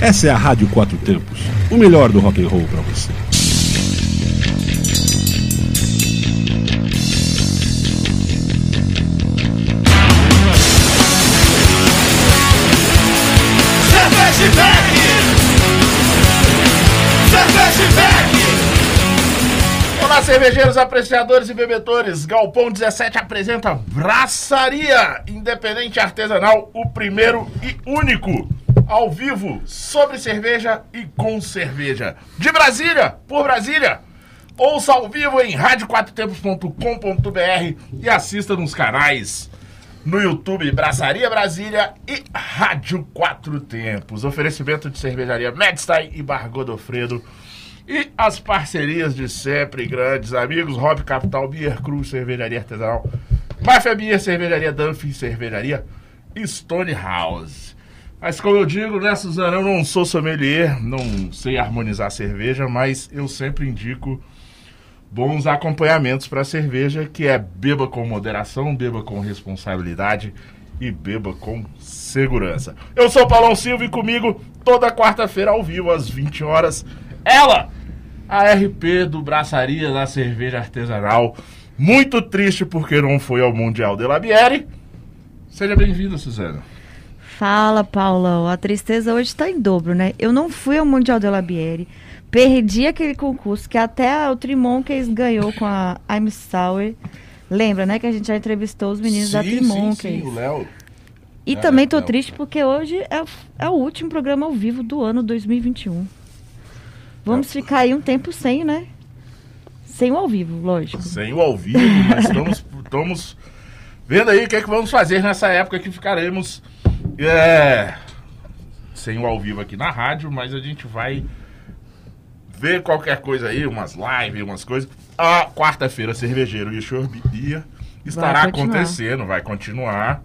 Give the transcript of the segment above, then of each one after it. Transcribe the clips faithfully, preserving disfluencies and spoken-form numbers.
Essa é a Rádio Quatro Tempos, o melhor do rock and roll pra você. Olá, cervejeiros, apreciadores e bebedores. Galpão dezessete apresenta Braçaria Independente Artesanal, o primeiro e único ao vivo sobre cerveja e com cerveja. De Brasília, por Brasília. Ouça ao vivo em rádio quatro tempos ponto com ponto b r e assista nos canais no YouTube Braçaria Brasília e Rádio Quatro Tempos. Oferecimento de cervejaria Medstein e Bar Godofredo. E as parcerias de sempre, grandes amigos, Hop Capital, Beer Cruz, Cervejaria Artesanal, Máfia Beer, Cervejaria Dunphy, Cervejaria Stone House. Mas como eu digo, né, Suzana, eu não sou sommelier, não sei harmonizar cerveja, mas eu sempre indico bons acompanhamentos para cerveja, que é beba com moderação, beba com responsabilidade e beba com segurança. Eu sou o Paulão Silva e comigo toda quarta-feira ao vivo às vinte horas, ela, a R P do Braçaria da Cerveja Artesanal. Muito triste porque não foi ao Mundial de Labieri. Seja bem-vinda, Suzana. Fala, Paulão. A tristeza hoje está em dobro, né? Eu não fui ao Mundial de Labieri. Perdi aquele concurso que até o Trimonkeys ganhou com a I'm Sour. Lembra, né? Que a gente já entrevistou os meninos sim, da Trimonkeys. Sim, sim, o Léo. E é, também tô Léo. triste porque hoje é, é o último programa ao vivo do ano dois mil e vinte e um. Vamos é. ficar aí um tempo sem, né? Sem o ao vivo, lógico. Sem o ao vivo, mas estamos, estamos vendo aí o que é que vamos fazer nessa época que ficaremos é, sem o ao vivo aqui na rádio, mas a gente vai ver qualquer coisa aí, umas lives, umas coisas. A quarta-feira, Cervejeiro e Chorbia estará vai acontecendo, vai continuar,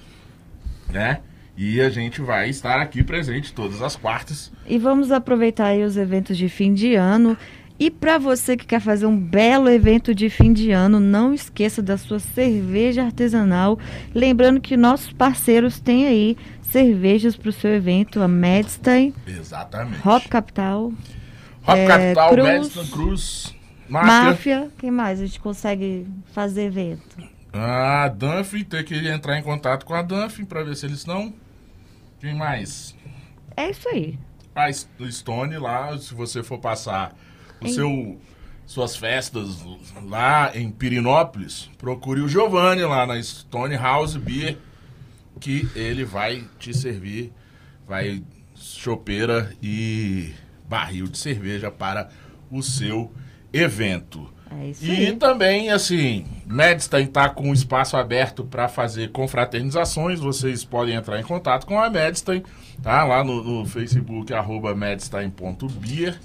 né? E a gente vai estar aqui presente todas as quartas. E vamos aproveitar aí os eventos de fim de ano. E para você que quer fazer um belo evento de fim de ano, não esqueça da sua cerveja artesanal. Lembrando que nossos parceiros têm aí cervejas para o seu evento, a Medstein. Exatamente. Hop Capital. Hop é, Capital, Cruz, Medstein, Cruz, Máfia. Máfia. Quem mais a gente consegue fazer evento? A Dunphy, ter que entrar em contato com a Dunphy para ver se eles estão. Quem mais? É isso aí. A Stone lá, se você for passar o seu, suas festas lá em Pirinópolis, procure o Giovanni lá na Stone House Beer, que ele vai te servir, vai chopeira e barril de cerveja para o seu evento. É isso e aí. também, assim, Medstein está com um espaço aberto para fazer confraternizações. Vocês podem entrar em contato com a Medstein, tá? Lá no, no Facebook, arroba medstein ponto beer.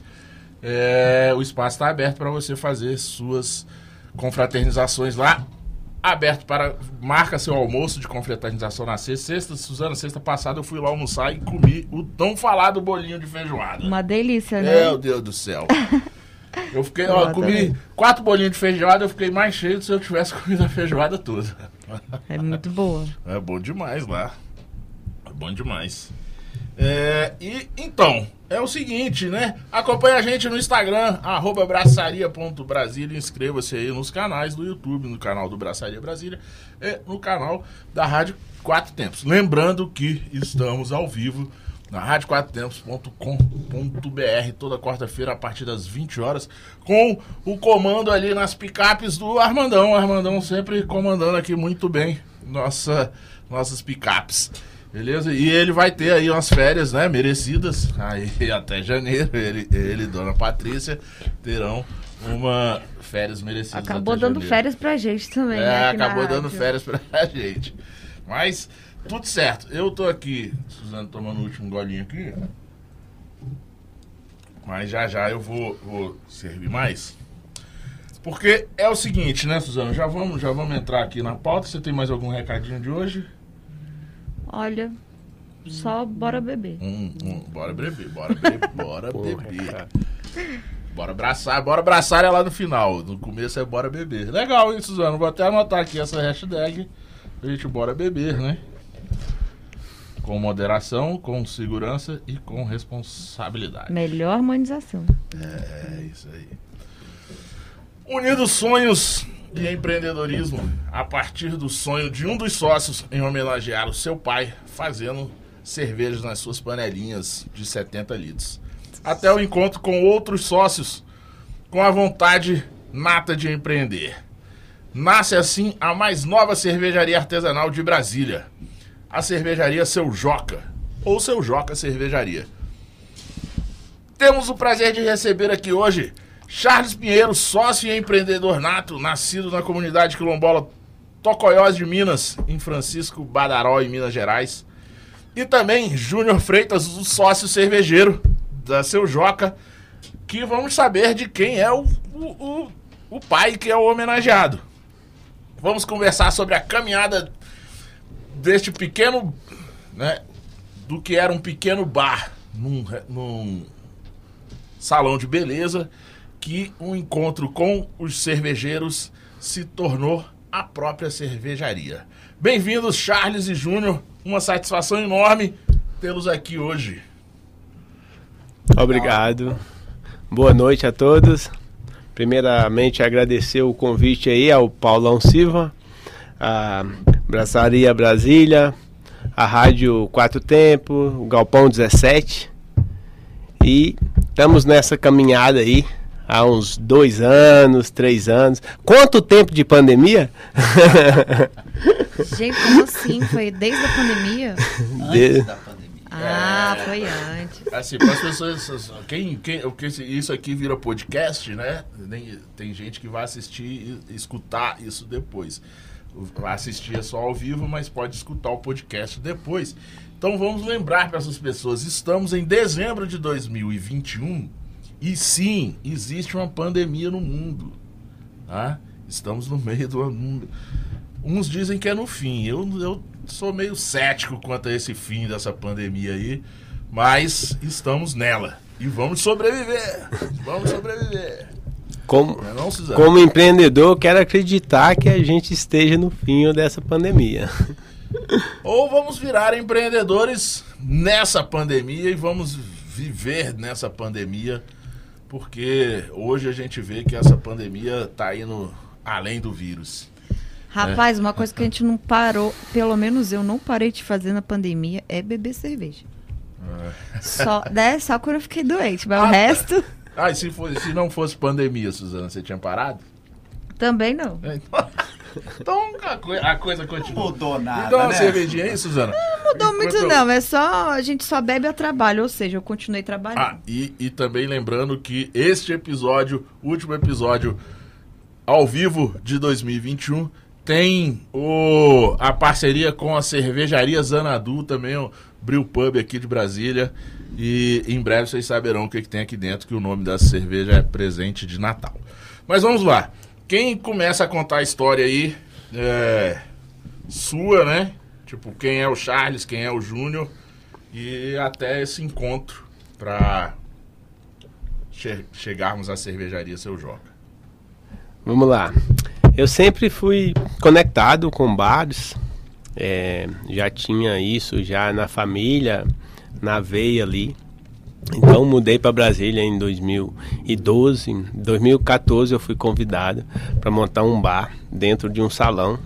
É, o espaço está aberto para você fazer suas confraternizações lá. Aberto para... Marca seu almoço de confraternização na sexta. Sexta, Suzana, sexta passada eu fui lá almoçar e comi o tão falado bolinho de feijoada. Uma delícia, né? Meu Deus do céu. Eu fiquei, ó, comi quatro bolinhos de feijoada, eu fiquei mais cheio do que se eu tivesse comido a feijoada toda. É muito boa. É bom demais lá. É bom demais. É, e então, é o seguinte, né? Acompanhe a gente no Instagram, arroba braçaria ponto brasília. Inscreva-se aí nos canais do YouTube, no canal do Braçaria Brasília e no canal da Rádio Quatro Tempos. Lembrando que estamos ao vivo na rádio quatro tempos ponto com ponto b r toda quarta-feira a partir das vinte horas, com o comando ali nas picapes do Armandão. O Armandão sempre comandando aqui muito bem nossa, nossas picapes, beleza? E ele vai ter aí umas férias, né, merecidas, aí até janeiro, ele, ele e Dona Patrícia terão uma férias merecidas. Acabou até dando janeiro. férias pra gente também, É, né, acabou dando rádio. férias pra gente, mas... Tudo certo. Eu tô aqui, Suzana, tomando o último golinho aqui. Mas já já eu vou, vou servir mais. Porque é o seguinte, né, Suzana? Já vamos, já vamos entrar aqui na pauta. Você tem mais algum recadinho de hoje? Olha, só bora beber. Hum, hum, bora beber, bora beber, bora beber. Bora abraçar, bora abraçar é lá no final. No começo é bora beber. Legal, hein, Suzana? Vou até anotar aqui essa hashtag. A gente bora beber, né? com moderação, com segurança e com responsabilidade. Melhor harmonização. É, isso aí. Unidos sonhos e empreendedorismo a partir do sonho de um dos sócios em homenagear o seu pai fazendo cervejas nas suas panelinhas de setenta litros. Até o encontro com outros sócios com a vontade nata de empreender. Nasce assim a mais nova cervejaria artesanal de Brasília, a cervejaria Seu Joca, ou Seu Joca Cervejaria. Temos o prazer de receber aqui hoje Charles Pinheiro, sócio e empreendedor nato, nascido na comunidade quilombola Tocoiós de Minas, em Francisco Badaró, em Minas Gerais. E também Júnior Freitas, o sócio cervejeiro da Seu Joca, que vamos saber de quem é o, o, o, o pai que é o homenageado. Vamos conversar sobre a caminhada deste pequeno, né, do que era um pequeno bar num, num salão de beleza, que um encontro com os cervejeiros se tornou a própria cervejaria. Bem-vindos, Charles e Júnior. Uma satisfação enorme tê-los aqui hoje. Obrigado. Boa noite a todos. Primeiramente, agradecer o convite aí ao Paulão Silva, a Braçaria Brasília, a Rádio Quatro Tempos, o Galpão dezessete. E estamos nessa caminhada aí há uns dois anos, três anos. Quanto tempo de pandemia? Gente, como assim? Foi desde a pandemia? Antes de... da pandemia. Ah, é, foi antes. Assim, para as pessoas, quem, quem, isso aqui vira podcast, né? Tem gente que vai assistir e escutar isso depois. Vai assistir só ao vivo, mas pode escutar o podcast depois. Então vamos lembrar para essas pessoas, estamos em dezembro de dois mil e vinte e um e sim, existe uma pandemia no mundo, tá? Estamos no meio do mundo. Uns dizem que é no fim, eu, eu sou meio cético quanto a esse fim dessa pandemia aí, mas estamos nela e vamos sobreviver, vamos sobreviver. Como, não é não, Suzana? Como empreendedor, quero acreditar que a gente esteja no fim dessa pandemia. Ou vamos virar empreendedores nessa pandemia e vamos viver nessa pandemia, porque hoje a gente vê que essa pandemia está indo além do vírus. Rapaz, é. Uma coisa que a gente não parou, pelo menos eu não parei de fazer na pandemia, é beber cerveja. É. Só, né, só quando eu fiquei doente, mas ah, o resto... Ah, e se, fosse, se não fosse pandemia, Suzana, você tinha parado? Também não. Então a, co a coisa continua. Não mudou nada, então, uma né? cervejinha aí, Suzana? Não mudou muito eu... não, é só, a gente só bebe a trabalho, ou seja, eu continuei trabalhando. Ah, e, e também lembrando que este episódio, último episódio ao vivo de dois mil e vinte e um, tem o, a parceria com a cervejaria Zanadu, também o Brew Pub aqui de Brasília. E em breve vocês saberão o que, que tem aqui dentro, que o nome da cerveja é Presente de Natal. Mas vamos lá. Quem começa a contar a história aí é sua, né? Tipo, quem é o Charles, quem é o Júnior. E até esse encontro para che chegarmos à cervejaria Seu Joca. Vamos lá. Eu sempre fui conectado com bares. É, já tinha isso já na família, na veia ali. Então mudei para Brasília em dois mil e doze. Em dois mil e quatorze eu fui convidado para montar um bar dentro de um salão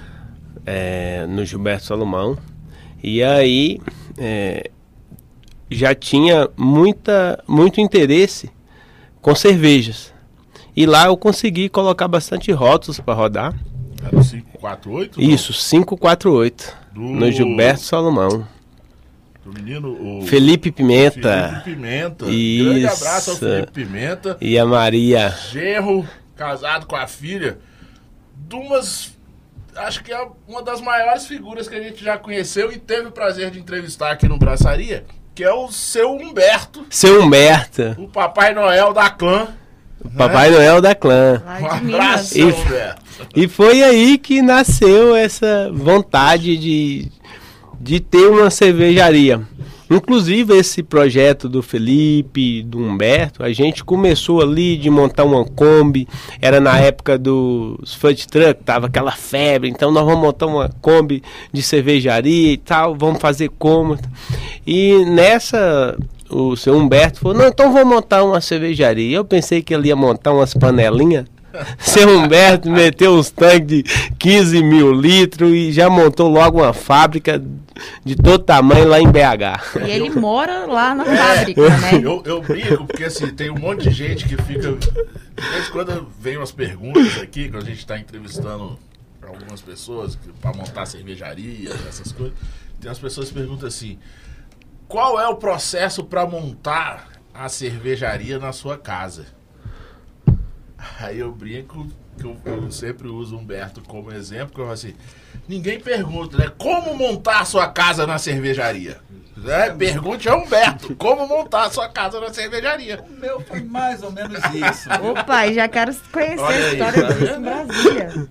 é, no Gilberto Salomão. E aí é, já tinha muita, muito interesse com cervejas. E lá eu consegui colocar bastante rótulos para rodar. Era o cinco quatro oito? Isso, cinco quatro oito, do... no Gilberto Salomão. Do menino, o Felipe Pimenta. Felipe Pimenta. Isso. Grande abraço ao Felipe Pimenta. E a Maria. Genro, casado com a filha. De umas... Acho que é uma das maiores figuras que a gente já conheceu e teve o prazer de entrevistar aqui no Braçaria, que é o seu Humberto. Seu Humberto. O Papai Noel da Clã. O Papai é? Noel da Clã. Um abraço, e, Humberto. E foi aí que nasceu essa vontade de, de ter uma cervejaria. Inclusive esse projeto do Felipe, do Humberto, a gente começou ali de montar uma Kombi, era na época dos food truck, tava aquela febre, então nós vamos montar uma Kombi de cervejaria e tal, vamos fazer como. E nessa, o seu Humberto falou, não, então vamos montar uma cervejaria. Eu pensei que ele ia montar umas panelinhas. Seu Humberto meteu uns tanques de quinze mil litros e já montou logo uma fábrica de todo tamanho lá em B H. E ele mora lá na fábrica, né? Eu, eu brinco, porque assim, tem um monte de gente que fica... De vez em quando vem umas perguntas aqui, quando a gente está entrevistando algumas pessoas para montar cervejaria, essas coisas. Tem umas pessoas que perguntam assim, qual é o processo para montar a cervejaria na sua casa? Aí eu brinco, que eu, eu sempre uso o Humberto como exemplo, que eu falo assim, ninguém pergunta, né? Como montar a sua casa na cervejaria? Né? Pergunte ao Humberto, como montar a sua casa na cervejaria? O meu foi mais ou menos isso. Opa, já quero conhecer Olha a aí, história tá disso em Brasília.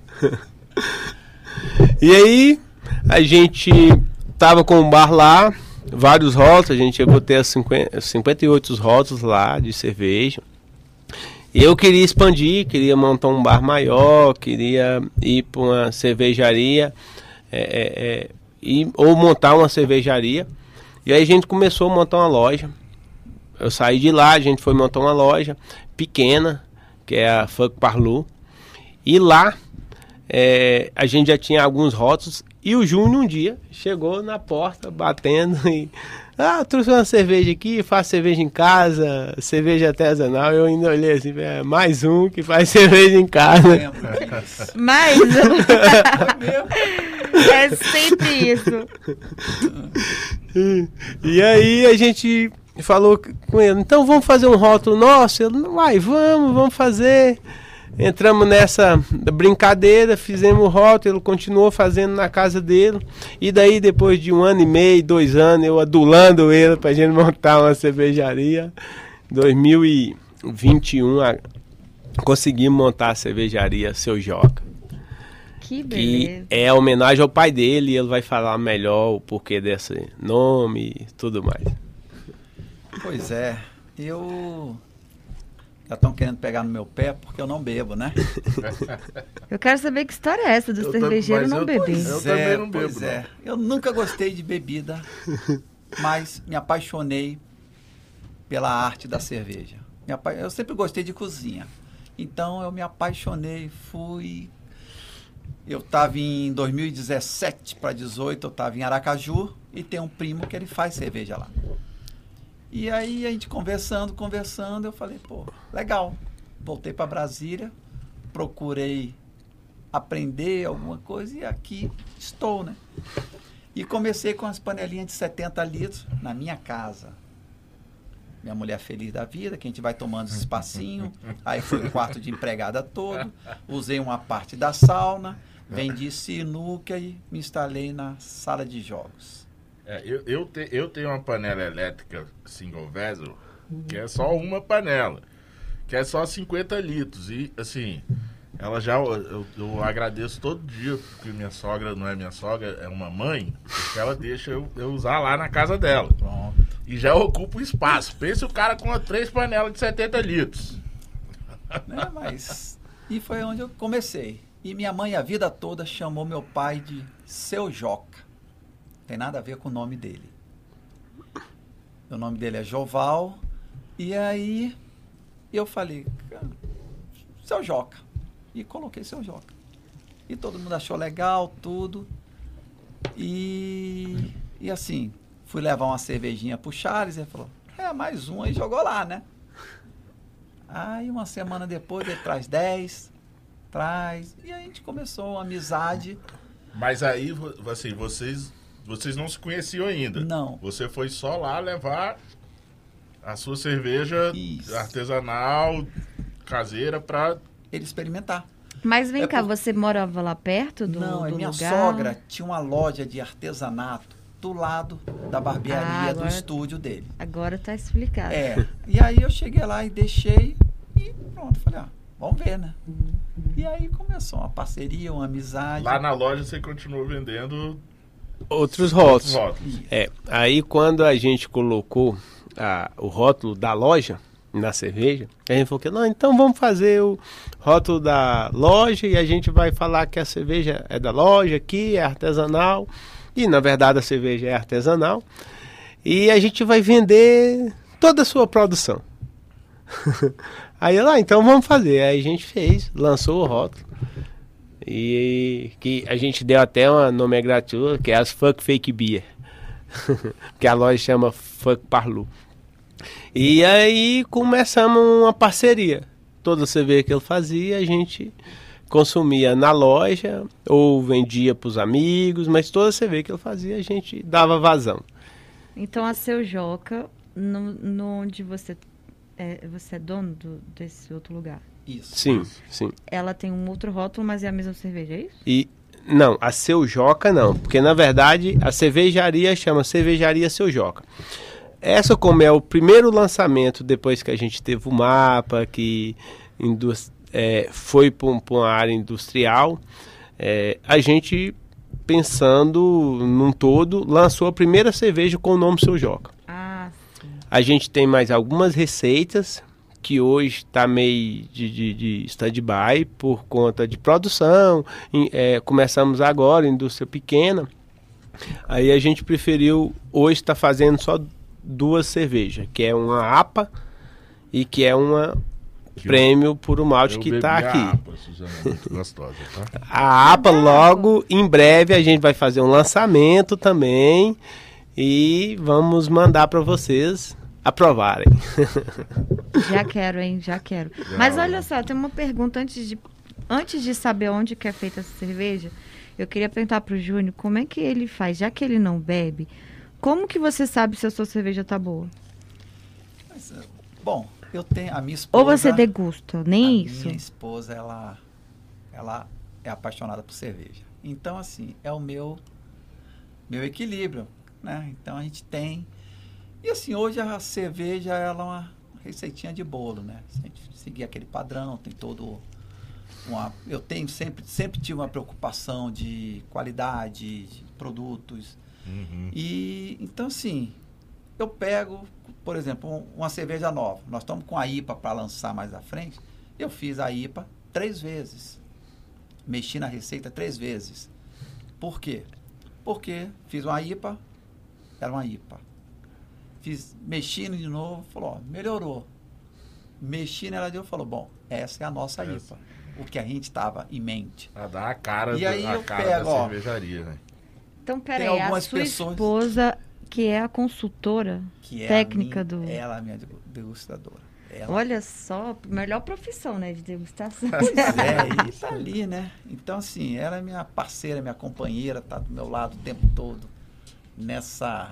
E aí, a gente tava com um bar lá, vários rótulos, a gente chegou a ter cinquenta, cinquenta e oito rótulos lá de cerveja. Eu queria expandir, queria montar um bar maior, queria ir para uma cervejaria, é, é, é, e, ou montar uma cervejaria. E aí a gente começou a montar uma loja. Eu saí de lá, a gente foi montar uma loja pequena, que é a Funk Parlou. E lá é, a gente já tinha alguns rótulos. E o Júnior um dia chegou na porta, batendo e... Ah, trouxe uma cerveja aqui, faço cerveja em casa, cerveja artesanal. Eu ainda olhei assim, é mais um que faz cerveja em casa. Mais um. É sempre isso. E, e aí a gente falou com ele, então vamos fazer um rótulo nosso? Ele, vai, vamos, vamos fazer. Entramos nessa brincadeira, fizemos o rótulo, ele continuou fazendo na casa dele. E daí, depois de um ano e meio, dois anos, eu adulando ele pra gente montar uma cervejaria. Em dois mil e vinte e um, a, conseguimos montar a cervejaria Seu Joca. Que beleza. Que é homenagem ao pai dele, e ele vai falar melhor o porquê desse nome e tudo mais. Pois é, eu... Já estão querendo pegar no meu pé porque eu não bebo, né? Eu quero saber que história é essa do Eu cervejeiro tam- não eu- beber. Eu Pois também é, não pois bebo, é. Eu nunca gostei de bebida, mas me apaixonei pela arte da cerveja. Me apa- Eu sempre gostei de cozinha. Então eu me apaixonei, fui... Eu estava em dois mil e dezessete para dezoito, eu estava em Aracaju e tem um primo que ele faz cerveja lá. E aí a gente conversando, conversando, eu falei, pô, legal. Voltei para Brasília, procurei aprender alguma coisa e aqui estou, né? E comecei com as panelinhas de setenta litros na minha casa. Minha mulher feliz da vida, que a gente vai tomando esse espacinho. Aí foi o quarto de empregada todo. Usei uma parte da sauna, vendi sinuca e me instalei na sala de jogos. É, eu, eu, te, eu tenho uma panela elétrica single vessel, que é só uma panela, que é só cinquenta litros. E, assim, ela já, eu, eu agradeço todo dia, porque minha sogra não é minha sogra, é uma mãe, porque ela deixa eu, eu usar lá na casa dela. Pronto. E já ocupa o espaço. Pensa o cara com três panelas de setenta litros. Né? Mas... E foi onde eu comecei. E minha mãe a vida toda chamou meu pai de Seu Joca. Tem nada a ver com o nome dele. O nome dele é Joval. E aí eu falei, Seu Joca. E coloquei Seu Joca. E todo mundo achou legal, tudo. E, e assim, fui levar uma cervejinha pro Charles. Ele falou, é, mais uma. E jogou lá, né? Aí uma semana depois ele traz dez, traz. E aí a gente começou uma amizade. Mas aí, assim, vocês... Vocês não se conheciam ainda? Não. Você foi só lá levar a sua cerveja Isso. artesanal, caseira, pra... Ele experimentar. Mas vem É cá, por- você morava lá perto do, Não, a do minha lugar? sogra tinha uma loja de artesanato do lado da barbearia Ah, do agora- estúdio dele. Agora tá explicado. É. E aí eu cheguei lá e deixei e pronto, falei, ah, vamos ver, né? E aí começou uma parceria, uma amizade. Lá na loja você continuou vendendo outros rótulos. Rótulos. É, aí quando a gente colocou a, o rótulo da loja na cerveja, a gente falou que não, então vamos fazer o rótulo da loja e a gente vai falar que a cerveja é da loja aqui, é artesanal, e na verdade a cerveja é artesanal, e a gente vai vender toda a sua produção. Aí lá, então vamos fazer. Aí a gente fez, lançou o rótulo. E que a gente deu até uma nomenclatura, que é as Fuck Fake Beer. Que a loja chama Fuck Parlu. E aí começamos uma parceria. Toda cerveja que ele fazia, a gente consumia na loja ou vendia para os amigos, mas toda cerveja que ele fazia, a gente dava vazão. Então a Seu Joca, no, no onde você é, você é dono do, desse outro lugar? Isso. Sim, sim. Ela tem um outro rótulo, mas é a mesma cerveja, é isso? E não, a Seu Joca não, porque na verdade a cervejaria chama Cervejaria Seu Joca. Essa, como é o primeiro lançamento depois que a gente teve o mapa, que indus- é, foi para um, uma área industrial, é, a gente, pensando num todo, lançou a primeira cerveja com o nome Seu Joca. Ah, sim. A gente tem mais algumas receitas que hoje está meio de, de, de stand-by por conta de produção. Em, é, começamos agora, indústria pequena. Aí a gente preferiu, hoje está fazendo só duas cervejas, que é uma A P A e que é uma Que prêmio puro malte eu que bebi está a aqui. APA, Suzana, é muito gostosa, tá? A A P A logo, em breve, a gente vai fazer um lançamento também e vamos mandar para vocês aprovarem. Já quero, hein? Já quero. Já. Mas olha só, tem uma pergunta antes de, antes de saber onde que é feita essa cerveja. Eu queria perguntar pro Júnior como é que ele faz, já que ele não bebe, como que você sabe se a sua cerveja tá boa? Mas, eh, bom, eu tenho a minha esposa. Ou você degusta, nem a isso? Minha esposa, ela, ela é apaixonada por cerveja. Então, assim, é o meu, meu equilíbrio, né? Então a gente tem. E assim, hoje a cerveja ela é uma receitinha de bolo, né? Se a gente seguir aquele padrão, tem todo uma. Eu tenho sempre, sempre tive uma preocupação de qualidade, de produtos. Uhum. E então, assim, eu pego, por exemplo, um- uma cerveja nova. Nós estamos com a I P A para lançar mais à frente. Eu fiz a I P A três vezes. Mexi na receita três vezes. Por quê? Porque fiz uma I P A, era uma I P A. Fiz, mexi de novo, falou, ó, melhorou. Mexi nela de novo, falou, bom, essa é a nossa I P A. O que a gente estava em mente. Pra dar a cara, E do- aí a eu cara pego, da ó. cervejaria, né? Então, peraí, Tem a algumas sua pessoas- esposa, que é a consultora Que é técnica a minha, do... Ela é a minha degu- degustadora. Ela Olha só, melhor profissão, né, de degustação. É, e tá ali, né? Então, assim, ela é minha parceira, minha companheira, tá do meu lado o tempo todo nessa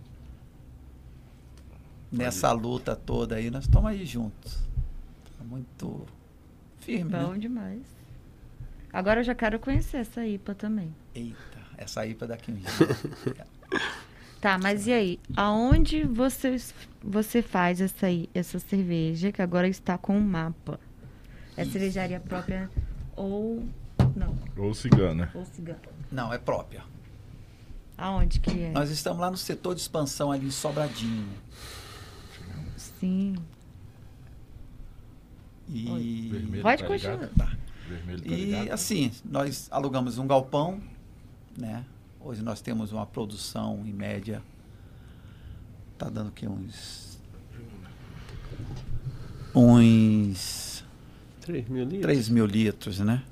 nessa luta toda aí. Nós estamos aí juntos. Tá muito firme, Bom né? demais. Agora eu já quero conhecer essa I P A também. Eita, essa I P A daqui um dia. Tá, mas e aí? Aonde você, você faz essa, aí- essa cerveja que agora está com um mapa? É Isso. cervejaria própria ou... Não, Ou cigana. ou cigano. Não, é própria. Aonde que é? Nós estamos lá no setor de expansão ali em Sobradinho. Sim. E Vermelho, Pode tá continuar. ligado? tá. Vermelho, tá E ligado? assim, nós alugamos um galpão, né? Hoje nós temos uma produção em média, tá dando o quê? Uns uns três mil litros? três mil litros, né?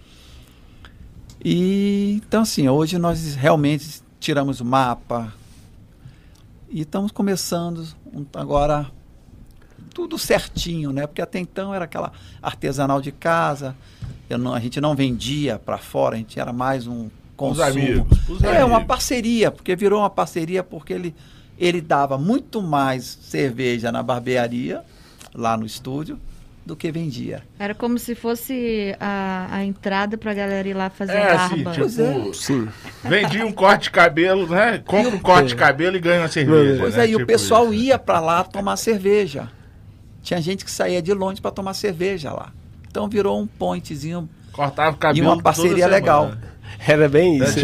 E então assim, hoje nós realmente tiramos o mapa e estamos começando um- agora tudo certinho, né? Porque até então era aquela artesanal de casa, eu não- a gente não vendia para fora, a gente era mais um Os consumo. amigos. Os É uma amigos. parceria, porque virou uma parceria porque ele, ele dava muito mais cerveja na barbearia, lá no estúdio, do que vendia. Era como se fosse a, a entrada pra galera ir lá fazer É, assim, barba. Pois é. tipo, Sim. vendi um corte de cabelo, né? Compra um corte de cabelo e ganha uma cerveja. Pois né? aí, o Tipo pessoal isso. ia para lá tomar cerveja. Tinha gente que saía de longe para tomar cerveja lá. Então virou um pointzinho Cortava o e cabelo uma parceria toda legal. semana. Era bem isso.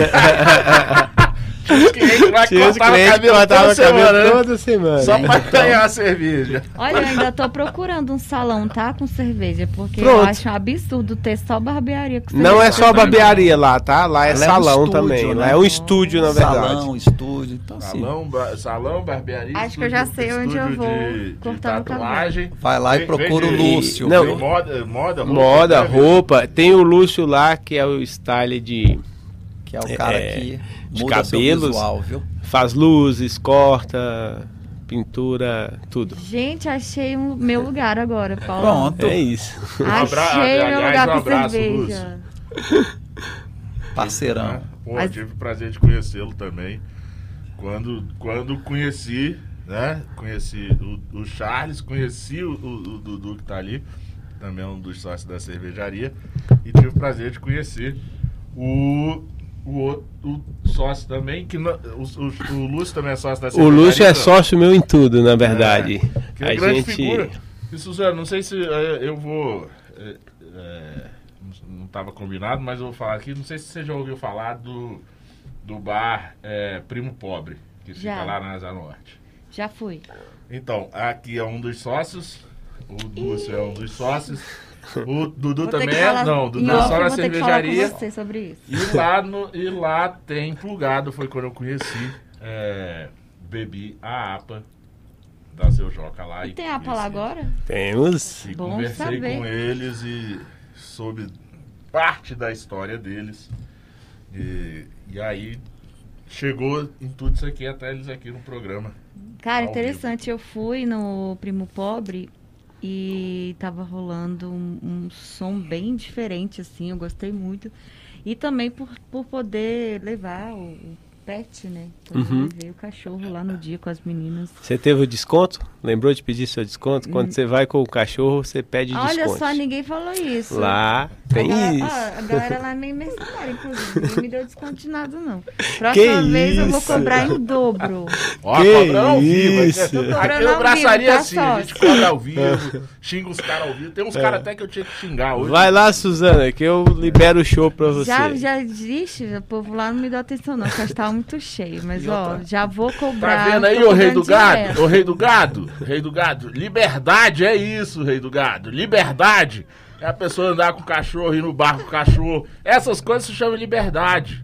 Tinha os clientes lá que Tinha os cortavam o clientes que cabelo cortavam toda o cabelo semana, né? toda semana. Só pra ganhar a cerveja. Olha, eu ainda tô procurando um salão, tá? Com cerveja, porque Pronto. eu acho um absurdo ter só barbearia com cerveja. Não é só barbearia lá, tá? Lá é Lá é um salão estúdio, também. né? Lá é um estúdio, na verdade. Salão, estúdio. Então, assim, Salão, ba- salão, barbearia. Acho que eu já estúdio- sei onde eu estúdio vou de- de cortar meu tatuagem. vai lá e Vem- procura o vem de- Lúcio. Não. vem Moda, moda, roupa. Moda, né? roupa. Tem o Lúcio lá, que é o style de... Que é o cara É, que de muda seu cabelos. visual, viu? Faz luzes, corta, pintura, tudo. Gente, achei o meu lugar agora, Paulo. Pronto. É isso. abra- Achei o meu aliás, lugar um com abraço, cerveja. Parceirão. Né? Pô, Mas- tive o prazer de conhecê-lo também. Quando, quando conheci, né? Conheci o, o Charles, conheci o, o, o Dudu que tá ali, também é um dos sócios da cervejaria. E tive o prazer de conhecer o, o outro o sócio também, que não, o, o, o Lúcio também é sócio da O cervejaria. Lúcio é não. sócio meu em tudo, na verdade. Que é A grande gente... figura. E Suzano, não sei se é, eu vou. É, é, não estava combinado, mas eu vou falar aqui. Não sei se você já ouviu falar do, do bar é, Primo Pobre, que fica Já. lá na Asa Norte. Já fui. Então, aqui é um dos sócios. O Lúcio é um dos sócios. O Dudu Vou ter também que é. falar- Não, o em Dudu é off, só na vou ter que falar com cervejaria. você sobre isso. E lá, no, e lá tem plugado, foi quando eu conheci. É, bebi a APA da Seu Joca lá. E tem a lá agora? Temos. E Bom conversei saber. com eles e soube parte da história deles. E, e aí chegou em tudo isso aqui, até eles aqui no programa. Cara, Ao interessante. Eu fui no Primo Pobre e tava rolando um, um som bem diferente, assim. Eu gostei muito. E também por, por poder levar o, o pet, né? Poder Uhum. ver o cachorro lá no dia com as meninas. Você teve o desconto? Lembrou de pedir seu desconto? Quando você vai com o cachorro, você pede Olha desconto. só, ninguém falou isso. Lá tem a galera, isso. ó, a galera lá é meio mercenária, inclusive. Ninguém me deu desconto de nada, não. Próxima vez eu vou isso? cobrar em dobro. Ó, Que cobrando ao vivo. isso? Aqui, Tô aqui cobrando no ao Braçaria vivo, tá, assim, a gente sócio? cobra ao vivo, xinga os caras ao vivo. Tem uns caras até que eu tinha que xingar hoje. Vai lá, Suzana, que eu libero o show pra você. Já, já existe, o povo lá não me deu atenção, não, porque estava muito cheio. Mas, E ó, outra? já vou cobrar. Tá vendo aí, tô ô rei do cobrando gado? direto. Ô rei do gado? Rei do gado. Liberdade é isso, rei do gado. Liberdade é a pessoa andar com o cachorro, ir no bar com o cachorro. Essas coisas se chamam liberdade.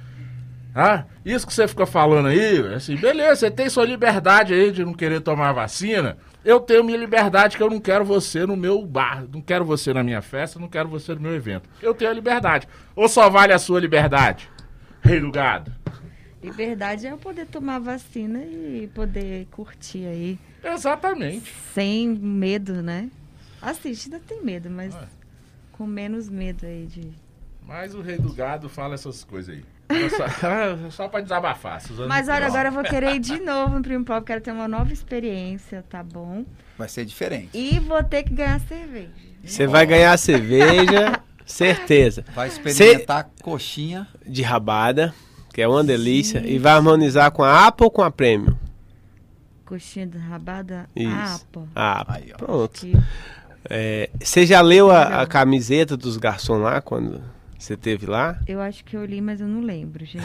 Ah, isso que você fica falando aí, assim, beleza, você tem sua liberdade aí de não querer tomar vacina. Eu tenho minha liberdade que eu não quero você no meu bar, não quero você na minha festa, não quero você no meu evento. Eu tenho a liberdade. Ou só vale a sua liberdade, rei do gado? Liberdade é eu poder tomar vacina e poder curtir aí, Exatamente. sem medo, né? Assiste, ainda tem medo, mas Ué. com menos medo aí de... Mas o rei do gado fala essas coisas aí. É só, só pra desabafar. Suzana. Mas olha, agora eu vou querer ir de novo no Primo Pobre, quero ter uma nova experiência, tá bom? Vai ser diferente. E vou ter que ganhar cerveja. Você vai ganhar a cerveja, certeza. Vai experimentar coxinha. De rabada, que é uma delícia. E vai harmonizar com a APA ou com a Premium? Coxinha de rabada, Isso. apa. A APA. Aí, ó. Pronto. Que... É, você já leu a, Legal. a camiseta dos garçons lá, quando você esteve lá? Eu acho que eu li, mas eu não lembro, gente.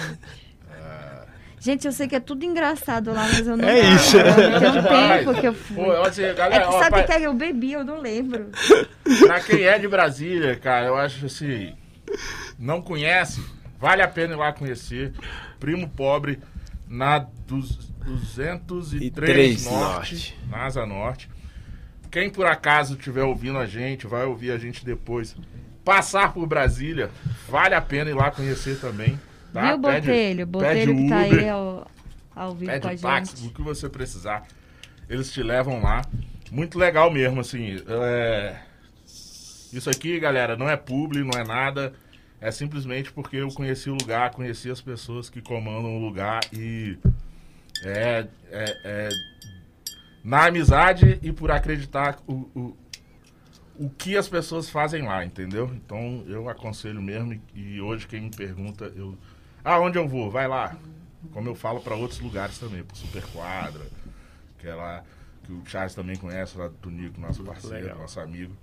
Gente, eu sei que é tudo engraçado lá, mas eu não É lembro. isso. Tem um tempo que eu fui. Pô, assim, É galera, que ó, sabe pai, o que é? Eu bebi, eu não lembro. pra quem é de Brasília, cara, eu acho assim, não conhece, vale a pena ir lá conhecer. Primo Pobre, na dos, duzentos e três E três Norte, Norte. na Asa Norte. Quem por acaso estiver ouvindo a gente, vai ouvir a gente depois. Passar por Brasília, vale a pena ir lá conhecer também. Tá? Viu, Botelho? Botelho que tá aí ao, ao vivo com a Pede táxi, gente. o que você precisar. Eles te levam lá. Muito legal mesmo, assim. É... Isso aqui, galera, não é publi, não é nada. É simplesmente porque eu conheci o lugar, conheci as pessoas que comandam o lugar e é, é, é na amizade e por acreditar o, o, o que as pessoas fazem lá, entendeu? Então eu aconselho mesmo e, e hoje quem me pergunta, eu... Ah, onde eu vou? Vai lá. Como eu falo para outros lugares também, pro Super Quadra, que é lá, que o Charles também conhece, lá do Nico, nosso parceiro, Legal. nosso amigo.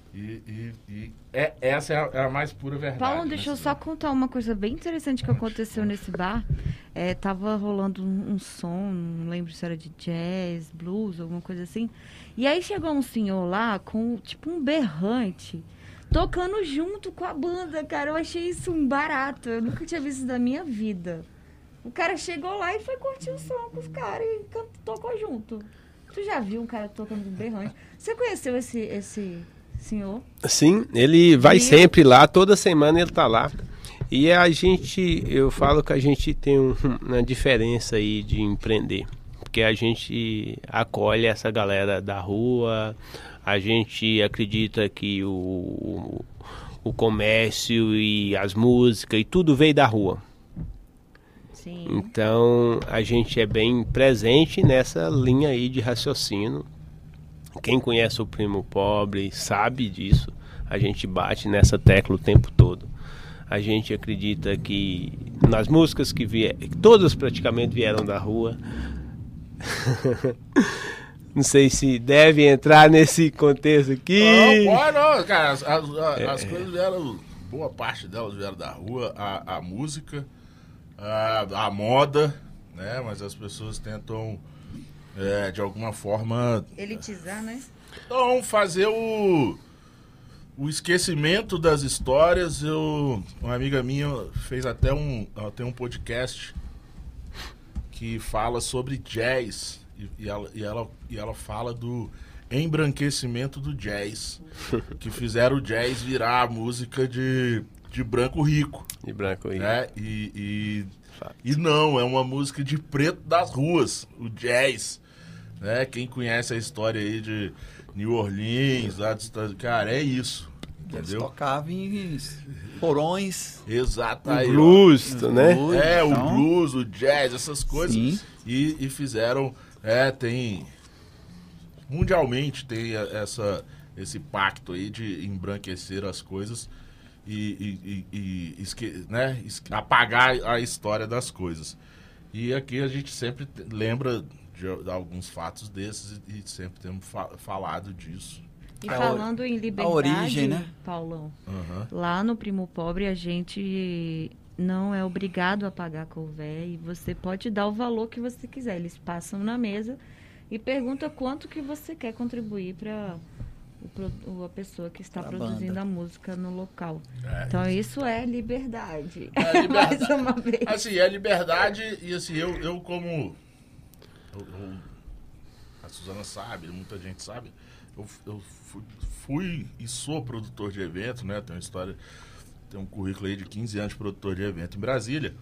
E, e, e é, essa é a, é a mais pura verdade. Paulo, deixa eu só contar uma coisa bem interessante que aconteceu nesse bar. É, tava rolando um, um som, não lembro se era de jazz, blues, alguma coisa assim. E aí chegou um senhor lá com tipo um berrante, tocando junto com a banda, cara. Eu achei isso um barato. Eu nunca tinha visto isso da minha vida. O cara chegou lá e foi curtir o som com os caras e canto, tocou junto. Tu já viu um cara tocando com berrante? Você conheceu esse... esse... senhor? Sim, ele vai E... sempre lá, toda semana ele tá lá. E a gente, eu falo que a gente tem um, uma diferença aí de empreender. Porque a gente acolhe essa galera da rua, a gente acredita que o, o comércio e as músicas e tudo veio da rua. Sim. Então a gente é bem presente nessa linha aí de raciocínio. Quem conhece o Primo Pobre sabe disso. A gente bate nessa tecla o tempo todo. A gente acredita que nas músicas que vieram, todas praticamente vieram da rua. Não sei se deve entrar nesse contexto aqui. Não, pode não, cara. As, as, as é. coisas vieram, boa parte delas vieram da rua. A, a música, a, a moda, né? Mas as pessoas tentam... É, de alguma forma... elitizar, né? Então, fazer o, o esquecimento das histórias. Eu, uma amiga minha fez até um... Ela tem um podcast que fala sobre jazz. E, e, ela, e, ela, e ela fala do embranquecimento do jazz. Que fizeram o jazz virar a música de, de branco rico. De branco rico. Né? E... e E não, é uma música de preto das ruas, o jazz, né? Quem conhece a história aí de New Orleans, lá dos Estados Unidos, cara, é isso, entendeu? Eles tocavam em porões. Exato. O aí, blues, ó, né? Blues, é, então... o blues, o jazz, essas coisas. Sim. E, e fizeram, é, tem, mundialmente tem essa, esse pacto aí de embranquecer as coisas. E, e, e, e esque, né, apagar a história das coisas. E aqui a gente sempre lembra de, de alguns fatos desses e, e sempre temos fa falado disso. E A falando em liberdade, origem, né? Paulão, Uhum. lá no Primo Pobre a gente não é obrigado a pagar couvé e você pode dar o valor que você quiser. Eles passam na mesa e perguntam quanto que você quer contribuir para... O, a pessoa que está Pra produzindo banda. a música no local. É. Então isso é liberdade. É liberdade. Mais uma vez. Assim, é liberdade e assim, eu, eu como... Eu, eu, a Suzana sabe, muita gente sabe, eu, eu fui, fui e sou produtor de evento, né? Tenho uma história, tenho um currículo aí de quinze anos de produtor de evento em Brasília.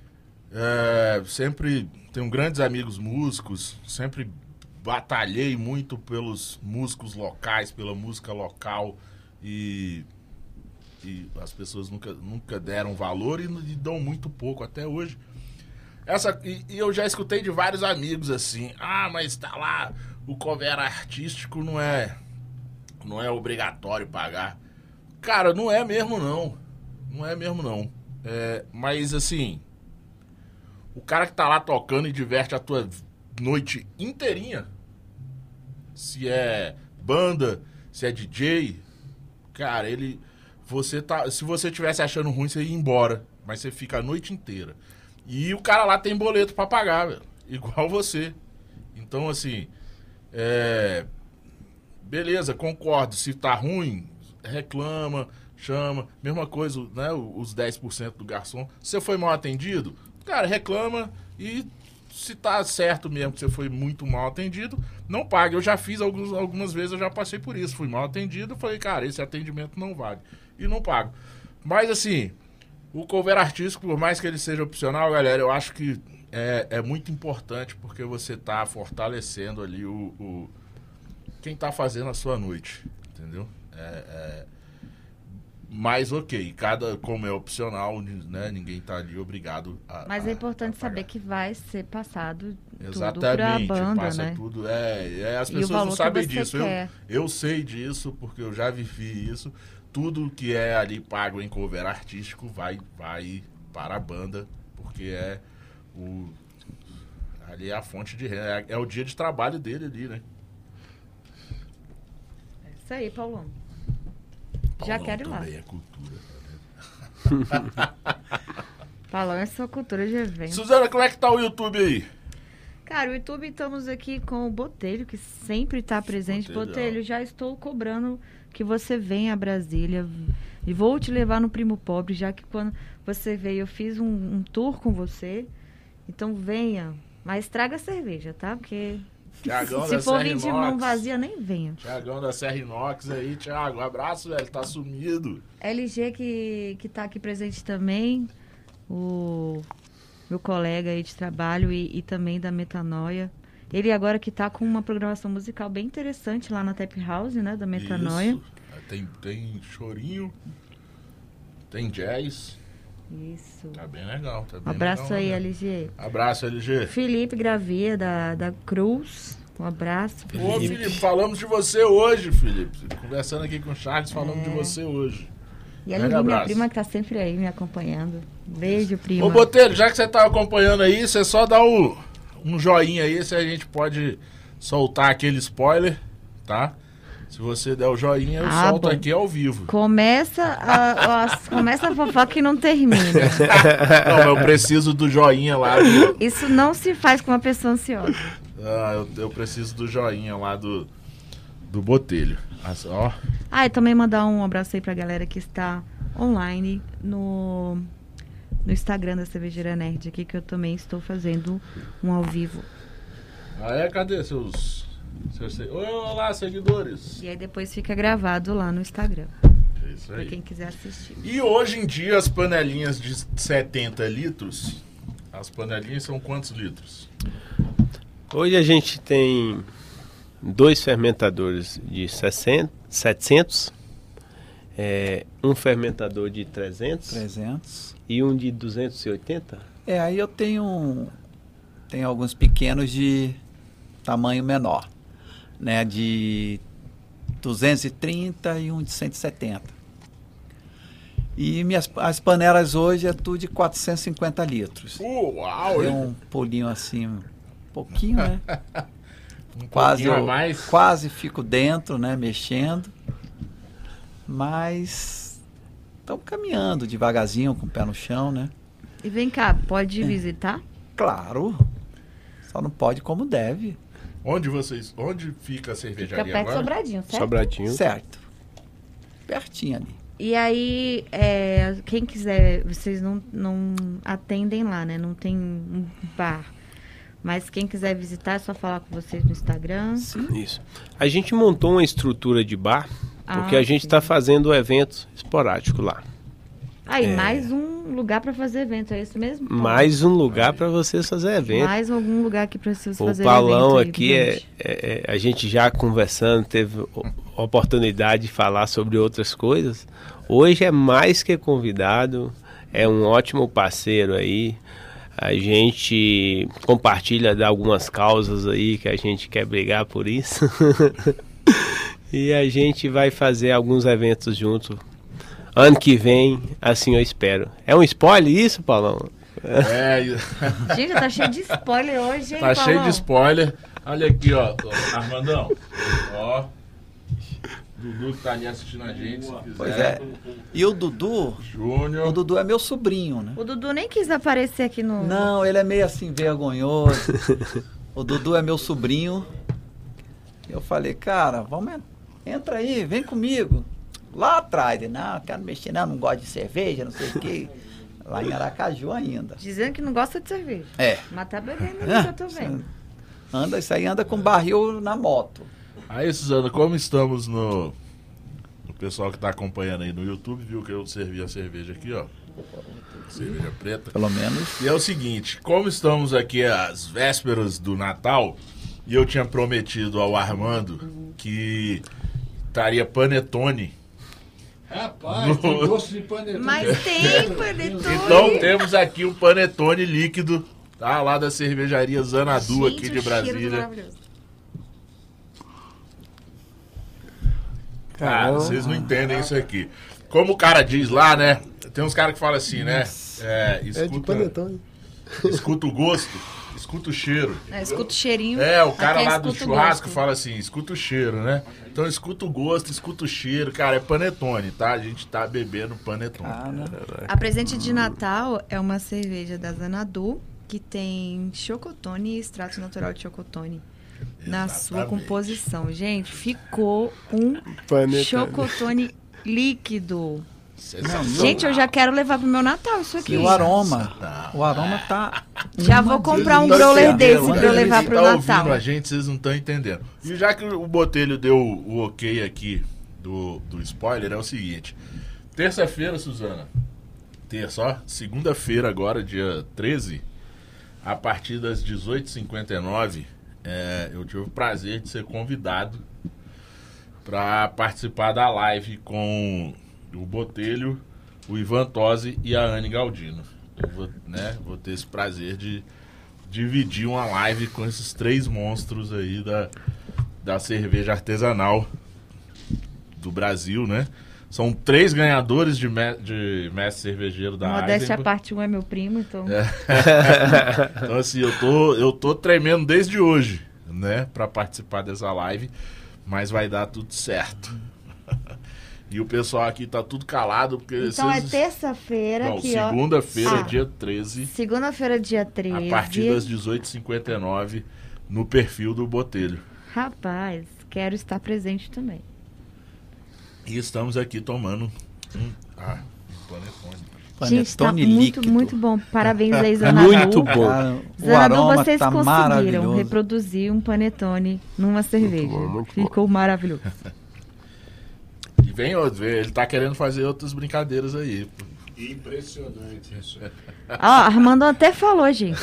É, sempre tenho grandes amigos músicos, sempre batalhei muito pelos músicos locais, pela música local e, e as pessoas nunca, nunca deram valor e, e dão muito pouco até hoje. Essa, e, e eu já escutei de vários amigos assim, ah, mas tá lá, o cover artístico não é, não é obrigatório pagar. Cara, não é mesmo não, não é mesmo não. É, mas assim, o cara que tá lá tocando e diverte a tua noite inteirinha, se é banda, se é D J, cara, ele, você tá, se você tivesse achando ruim, você ia embora, mas você fica a noite inteira. E o cara lá tem boleto pra pagar, velho, igual você. Então, assim, é, beleza, concordo, se tá ruim, reclama, chama, mesma coisa, né, os dez por cento do garçom. Se você foi mal atendido, cara, reclama e se tá certo mesmo que você foi muito mal atendido, não pague. Eu já fiz alguns, algumas vezes, eu já passei por isso. Fui mal atendido, falei, cara, esse atendimento não vale. E não pago. Mas assim, o cover artístico, por mais que ele seja opcional, galera, eu acho que é, é muito importante porque você tá fortalecendo ali o, o quem tá fazendo a sua noite, entendeu? É... é Mas ok, cada, como é opcional, né, ninguém tá ali obrigado a Mas é a, importante a saber que vai ser passado Exatamente, tudo pra banda, passa né? tudo. É, é, as E o pessoas não valor que sabem você disso. Eu, quer. eu sei disso porque eu já vivi isso. Tudo que é ali pago em cover artístico vai, vai para a banda, porque é o ali é a fonte de renda, é, é o dia de trabalho dele ali, né? É isso aí, Paulão. Já Paulão quero ir lá. também é cultura. Paulão é sua cultura de evento. Suzana, como é que tá o YouTube aí? Cara, o YouTube estamos aqui com o Botelho, que sempre está presente. Botelho. Botelho, já estou cobrando que você venha a Brasília. E vou te levar no Primo Pobre, já que quando você veio, eu fiz um, um tour com você. Então venha. Mas traga cerveja, tá? Porque Tiagão se da for Serra vir de Inox. mão vazia, nem venha. Tiagão da Serra Inox aí, Tiago. Um abraço, velho. Tá sumido. L G que, que tá aqui presente também. O meu colega aí de trabalho e, e também da Metanoia. Ele agora que tá com uma programação musical bem interessante lá na Tap House, né? Da Metanoia. Isso. Tem, tem chorinho, tem jazz. Isso. Tá bem legal. Tá bem Um abraço legal, aí, né? L G. Abraço, L G. Felipe Gravia, da, da Cruz. Um abraço. Ô, Felipe, falamos de você hoje, Felipe. Conversando aqui com o Charles, falamos É. de você hoje. E a Grande Lili, minha abraço. prima, que tá sempre aí me acompanhando. Beijo, prima. Ô, Botelho, já que você tá acompanhando aí, você só dá o, um joinha aí, se a gente pode soltar aquele spoiler, tá? Se você der o joinha, eu Ah, solto bom. aqui ao vivo. Começa a, a- começa a fofoca e não termina. Não, mas eu preciso do joinha lá. Do, Isso não se faz com uma pessoa ansiosa. ah, eu, eu preciso do joinha lá do, do Botelho. As- Ó, Ah, e também mandar um abraço aí pra galera que está online no, no Instagram da Cervejeira Nerd aqui, que eu também estou fazendo um ao vivo. ah, é? Cadê seus... seus se- Oi, olá, seguidores. E aí depois fica gravado lá no Instagram, É isso pra aí. quem quiser assistir. E hoje em dia as panelinhas de setenta litros, as panelinhas são quantos litros? Hoje a gente tem dois fermentadores de sessenta, setecentos, é, um fermentador de trezentos trezentos. e um de duzentos e oitenta. É, aí eu tenho, tenho alguns pequenos de tamanho menor, né? De duzentos e trinta e um de cento e setenta. E minhas, as panelas hoje é tudo de quatrocentos e cinquenta litros. Uau! Deu hein? um pulinho assim, um pouquinho, né? Um Quase, pouquinho a eu, mais. quase fico dentro, né? Mexendo. Mas estamos caminhando devagarzinho, com o pé no chão, né? E vem cá, pode visitar? Claro. Só não pode como deve. Onde vocês, onde fica a Fica cervejaria perto do agora? Sobradinho, certo? Sobradinho. Certo. Pertinho ali. E aí, é, quem quiser, vocês não, não atendem lá, né? Não tem um bar. Mas quem quiser visitar, é só falar com vocês no Instagram. Isso. A gente montou uma estrutura de bar, porque Ah, a gente sim. está fazendo evento esporádico lá. Aí, É. mais um lugar para fazer evento, é isso mesmo? Mais um lugar para vocês fazer evento. Mais algum lugar aqui para vocês O fazerem Paulão evento aí, aqui é, gente. é- é- a gente já conversando, teve o- oportunidade de falar sobre outras coisas. Hoje é mais que convidado, é um ótimo parceiro aí. A gente compartilha de algumas causas aí que a gente quer brigar por isso. E a gente vai fazer alguns eventos junto. Ano que vem, assim eu espero. É um spoiler isso, Paulão? É, Gente, tá cheio de spoiler hoje, hein, tá cheio Paulão? de spoiler. Olha aqui, ó. ó, Armandão. Ó. Dudu que tá ali assistindo a gente, se quiser. Pois é. E o Dudu, o Júnior. Dudu é meu sobrinho, né? O Dudu nem quis aparecer aqui no... Não, ele é meio assim, vergonhoso. O Dudu é meu sobrinho. Eu falei, cara, vamos, en- entra aí, vem comigo. Lá atrás, ele, não, quero mexer, não, não gosto de cerveja, não sei o quê. Lá em Aracaju ainda. Dizendo que não gosta de cerveja. É. Mas tá bebendo ali, que eu tô vendo. Anda, isso aí anda com barril na moto. Aí, Suzana, como estamos no... O pessoal que tá acompanhando aí no YouTube viu que eu servi a cerveja aqui, ó. Cerveja preta. Pelo menos. E é o seguinte, como estamos aqui às vésperas do Natal, e eu tinha prometido ao Armando que estaria panetone. Rapaz, tem gosto de panetone. Mas tem, panetone. Então temos aqui um panetone líquido, tá? Lá da cervejaria Zanadu, Gente, aqui o de cheiro Brasília. maravilhoso. Cara, vocês não entendem isso aqui. Como o cara diz lá, né? Tem uns caras que falam assim, né? É, É de escuta, panetone. escuta o gosto, escuta o cheiro. É, escuta o cheirinho. É, o cara aqui é lá do escuta o churrasco gosto. fala assim, escuta o cheiro, né? Então escuta o gosto, escuta o cheiro. Cara, é panetone, tá? A gente tá bebendo panetone. Ah, né? A presente de Natal é uma cerveja da Xanadu que tem chocotone e extrato natural de chocotone na sua Exatamente. composição. Gente, ficou um Panetone. chocotone líquido. Sensacional. Gente, eu já quero levar pro meu Natal isso aqui. E o aroma. O aroma tá. Já vou comprar um Vocês não growler estão desse entendendo. pra eu levar pro Quem tá ouvindo Natal. a gente, vocês não estão entendendo. E já que o Botelho deu o ok aqui do, do spoiler, é o seguinte. Terça-feira, Suzana. Terça, ó. Segunda-feira agora, dia treze. A partir das dezoito e cinquenta e nove, é, eu tive o prazer de ser convidado para participar da live com o Botelho, o Ivan Tosi e a Anne Galdino. Eu vou, né, vou ter esse prazer de dividir uma live com esses três monstros aí da, da cerveja artesanal do Brasil, né? São três ganhadores de, me, de mestre cervejeiro da Modéstia à Eisenbahn. parte, um é meu primo, então. Então, assim, eu tô, eu tô tremendo desde hoje, né? Pra participar dessa live, mas vai dar tudo certo. E o pessoal aqui tá tudo calado, porque... Então é vocês- terça-feira Não, que, ó. segunda-feira, Ah. dia treze, Segunda-feira, dia treze. a partir das dezoito e cinquenta e nove, no perfil do Botelho. Rapaz, quero estar presente também. E estamos aqui tomando um... Ah, um panetone. Gente, tá Panetone muito, líquido. muito bom. Parabéns aí, Xanadu. Muito bom. Cara, o Xanadu, aroma vocês tá conseguiram maravilhoso. reproduzir um panetone numa cerveja. bom, muito bom. Ficou maravilhoso. E vem outro, vem, ele tá querendo fazer outras brincadeiras aí. Impressionante isso. Ó, Armando até falou, gente.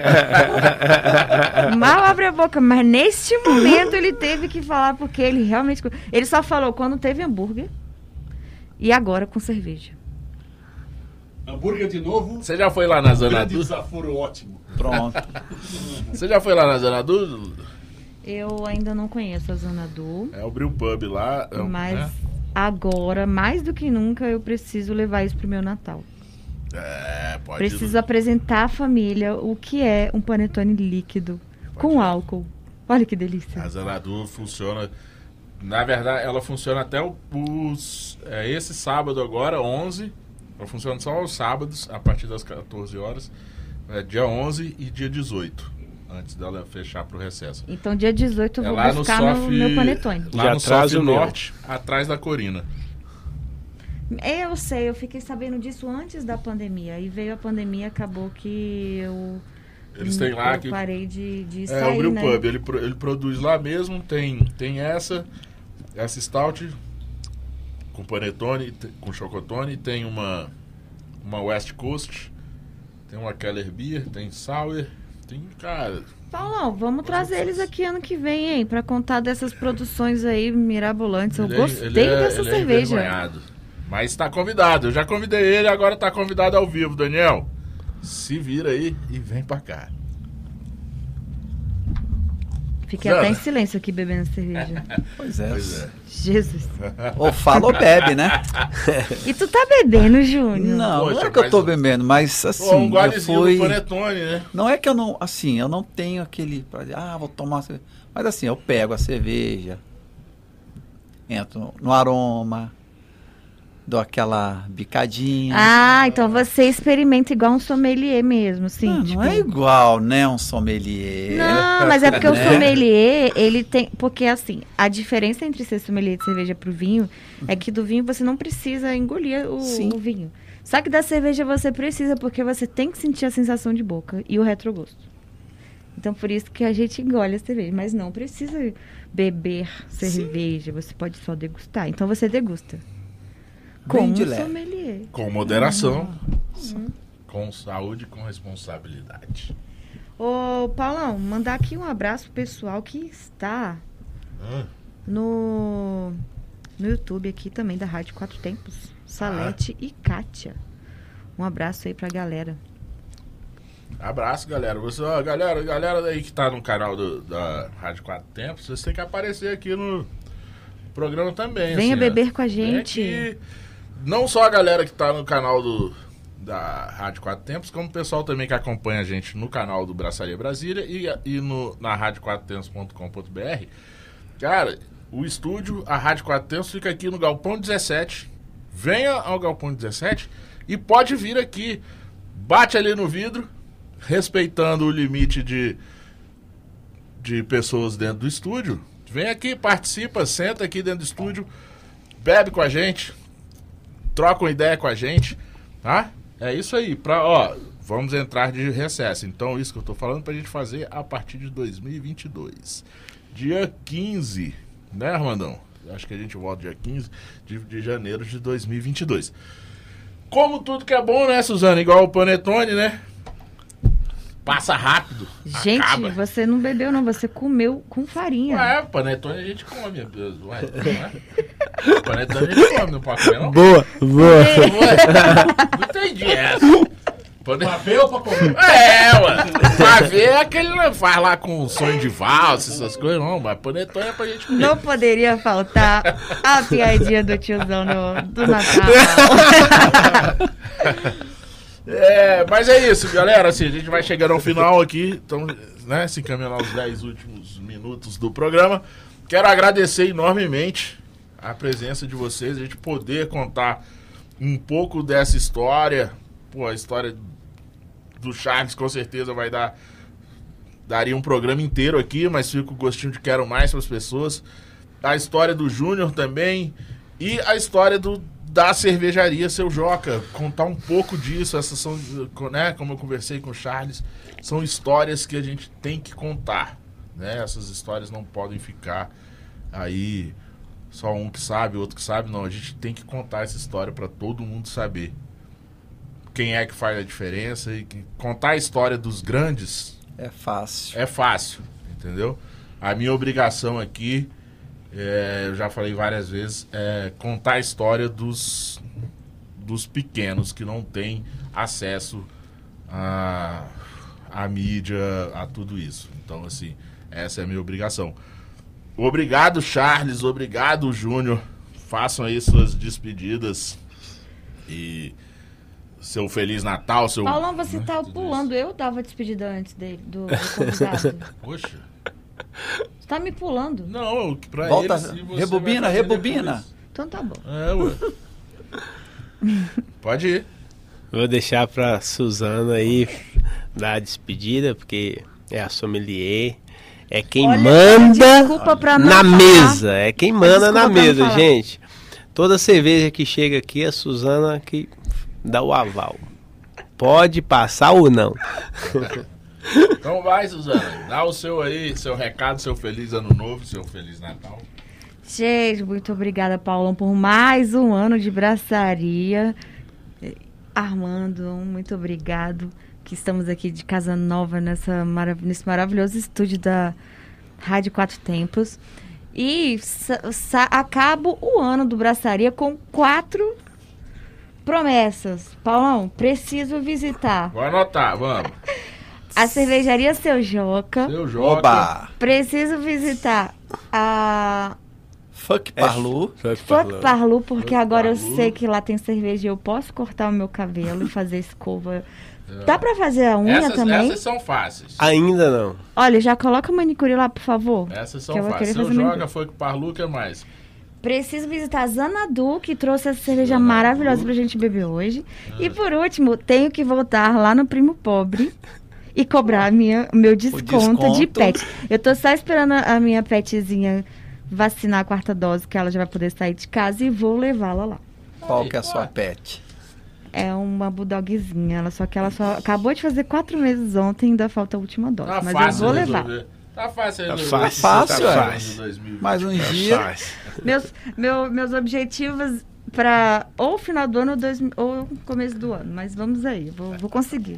Mal abre a boca, mas neste momento ele teve que falar porque ele realmente... Ele só falou quando teve hambúrguer e agora com cerveja. Hambúrguer de novo. Você já foi lá na Grande Xanadu? desaforo ótimo. Pronto. Você já foi lá na Xanadu? Eu ainda não conheço a Xanadu, É o Brew Pub lá. é um- mas né? agora, mais do que nunca, eu preciso levar isso pro meu Natal. É, pode Preciso apresentar à família o que é um panetone líquido com álcool. Olha que delícia. A Xanadu funciona. Na verdade, ela funciona até o, os. É, esse sábado agora, onze. Ela funciona só aos sábados, a partir das quatorze horas. É, dia onze e dia dezoito. Antes dela fechar pro recesso. Então, dia dezoito eu É vou lá no buscar meu, Sof- meu panetone. Lá Já no traz Sof o meu. Norte, atrás da Corina. É, eu sei, eu fiquei sabendo disso antes da pandemia. Aí veio a pandemia, acabou que eu, Eles têm lá eu que. parei de, de É, sair, o Brew né? Pub, ele, pro- ele produz lá mesmo, tem, tem essa, essa stout com panetone, te- com chocotone, tem uma, uma West Coast, tem uma Keller Beer, tem Sour, tem, cara, Paulão, vamos trazer eles aqui ano que vem, hein? Pra contar dessas produções aí mirabolantes. Eu ele é- gostei ele é- dessa ele é cerveja. envergonhado. Mas tá convidado, eu já convidei ele, agora tá convidado ao vivo, Daniel. Se vira aí e vem pra cá. Fiquei Zana. até em silêncio aqui bebendo cerveja. Pois é. Pois é. Jesus. Ou fala ou bebe, né? E tu tá bebendo, Júnior? Não, Poxa, não é que eu tô mas- bebendo, mas assim, Pô, um eu golezinho fui... do panetone, né? Não é que eu não, assim, eu não tenho aquele prazer, ah, vou tomar uma cerveja. Mas assim, eu pego a cerveja, entro no aroma, dou aquela bicadinha. Ah, então você experimenta igual um sommelier mesmo, sim. não, tipo... não é igual, né, um sommelier. Não, mas é porque o Né? sommelier, ele tem... Porque, assim, a diferença entre ser sommelier de cerveja pro vinho é que do vinho você não precisa engolir o, Sim. o vinho. Só que da cerveja você precisa, porque você tem que sentir a sensação de boca e o retrogosto. Então, por isso que a gente engole a cerveja. Mas não precisa beber cerveja, você pode só degustar. Então, você degusta. Bem Como de um leve. sommelier. Com moderação, Uhum. com saúde e com responsabilidade. Ô, Paulão, mandar aqui um abraço pro pessoal que está Ah, no, no YouTube aqui também da Rádio Quatro Tempos. Salete e Kátia. Um abraço aí pra galera. abraço, galera. Você, ó, galera, galera aí que tá no canal do- da Rádio Quatro Tempos, vocês têm que aparecer aqui no programa também. Venha assim, ó. beber com a Vem gente. aqui. Não só a galera que tá no canal do, da Rádio Quatro Tempos, como o pessoal também que acompanha a gente no canal do Braçaria Brasília e, e no, na rádio quatro tempos ponto com ponto b r. Cara, o estúdio, a Rádio Quatro Tempos fica aqui no Galpão dezessete. Venha ao Galpão dezessete e pode vir aqui. Bate ali no vidro, respeitando o limite de, de pessoas dentro do estúdio. Vem aqui, participa, senta aqui dentro do estúdio, bebe com a gente, troca uma ideia com a gente, tá? É isso aí. Pra, ó, vamos entrar de recesso. Então, isso que eu tô falando pra gente fazer a partir de dois mil e vinte e dois. Dia quinze, né, Armandão? Acho que a gente volta dia quinze de, de janeiro de dois mil e vinte e dois. Como tudo que é bom, né, Suzana? Igual o Panetone, né? Passa rápido. Gente, acaba. Você não bebeu, não. Você comeu com farinha. Ué, Panetone a gente come, meu Deus. Ué, não é? Panetone a gente come, não pode comer, não? Boa, boa. Ué, não entendi essa. Pane... Pra ver ou pra comer? É, ué. Pra ver é aquele que faz lá com sonho de valsa, essas coisas, não. Mas Panetone é pra gente comer. Não poderia faltar a piadinha do tiozão no, do Natal. É, mas é isso, galera. Assim, a gente vai chegando ao final aqui. Então, né, se encaminhando aos dez últimos minutos do programa. Quero agradecer enormemente a presença de vocês, a gente poder contar um pouco dessa história. Pô, a história do Charles com certeza vai dar... Daria um programa inteiro aqui, mas fica o gostinho de quero mais para as pessoas. A história do Júnior também. E a história do, da cervejaria Seu Joca. Contar um pouco disso. Essas são, né, como eu conversei com o Charles, são histórias que a gente tem que contar. Né? Essas histórias não podem ficar aí só um que sabe, outro que sabe. Não, a gente tem que contar essa história para todo mundo saber quem é que faz a diferença. E que, contar a história dos grandes... É fácil. É fácil, entendeu? A minha obrigação aqui, é, eu já falei várias vezes, é contar a história dos, dos pequenos que não têm acesso à a, a mídia, a tudo isso. Então, assim, essa é a minha obrigação. Obrigado, Charles. Obrigado, Júnior. Façam aí suas despedidas. E... seu Feliz Natal, seu... Paulão, você né, tá tudo pulando. isso. Eu dava despedida antes dele, do, do convidado. Poxa. Você tá me pulando. Não, pra Volta, ele, se você rebobina, vai fazer rebobina. depois. Então tá bom. É, ué. Pode ir. Vou deixar pra Suzana aí dar a despedida, porque é a sommelier. É quem Olha, manda desculpa pra não na falar. mesa. É quem manda Desculpa na pra não mesa, falar. gente. Toda cerveja que chega aqui, a Suzana que dá o aval. Pode passar ou não. Então vai, Suzana. Dá o seu aí, seu recado, seu Feliz Ano Novo, seu Feliz Natal. Gente, muito obrigada, Paulão, por mais um ano de braçaria. Armando, muito obrigado. Que estamos aqui de casa nova nessa marav- nesse maravilhoso estúdio da Rádio Quatro Tempos. E sa- sa- acabo o ano do braçaria com quatro promessas. Paulão, preciso visitar Vou anotar, vamos. a cervejaria Seu Joca. Seu Joca. Oba! Preciso visitar a Fuck Parlu. Fuck Parlu, porque Fuck agora eu Parlu. sei que lá tem cerveja e eu posso cortar o meu cabelo e fazer escova. Dá pra fazer a unha essas, também? essas são fáceis. Ainda não. Olha, já coloca a manicure lá, por favor. Essas são que eu vou fáceis. querer Seu fazer Joca manicure. foi com o Parlu, o que mais? Preciso visitar a Zanadu, que trouxe essa cerveja Zanadu. maravilhosa pra gente beber hoje. E por último, tenho que voltar lá no Primo Pobre e cobrar a minha, o meu desconto, de desconto. pet. Eu tô só esperando a a minha petzinha vacinar a quarta dose, que ela já vai poder sair de casa, e vou levá-la lá. Qual que é a sua Ué. pet? É uma bulldogzinha, ela só que ela só acabou de fazer quatro meses ontem, ainda falta a última dose. Tá mas fácil eu vou levar. resolver. Tá fácil Tá resolver. fácil, Fácil, tá é. fácil. dois mil e vinte. Mais uns Tá dias. fácil. Meus, meu, meus objetivos para ou final do ano ou, dois, ou começo do ano, mas vamos aí, vou, vou conseguir.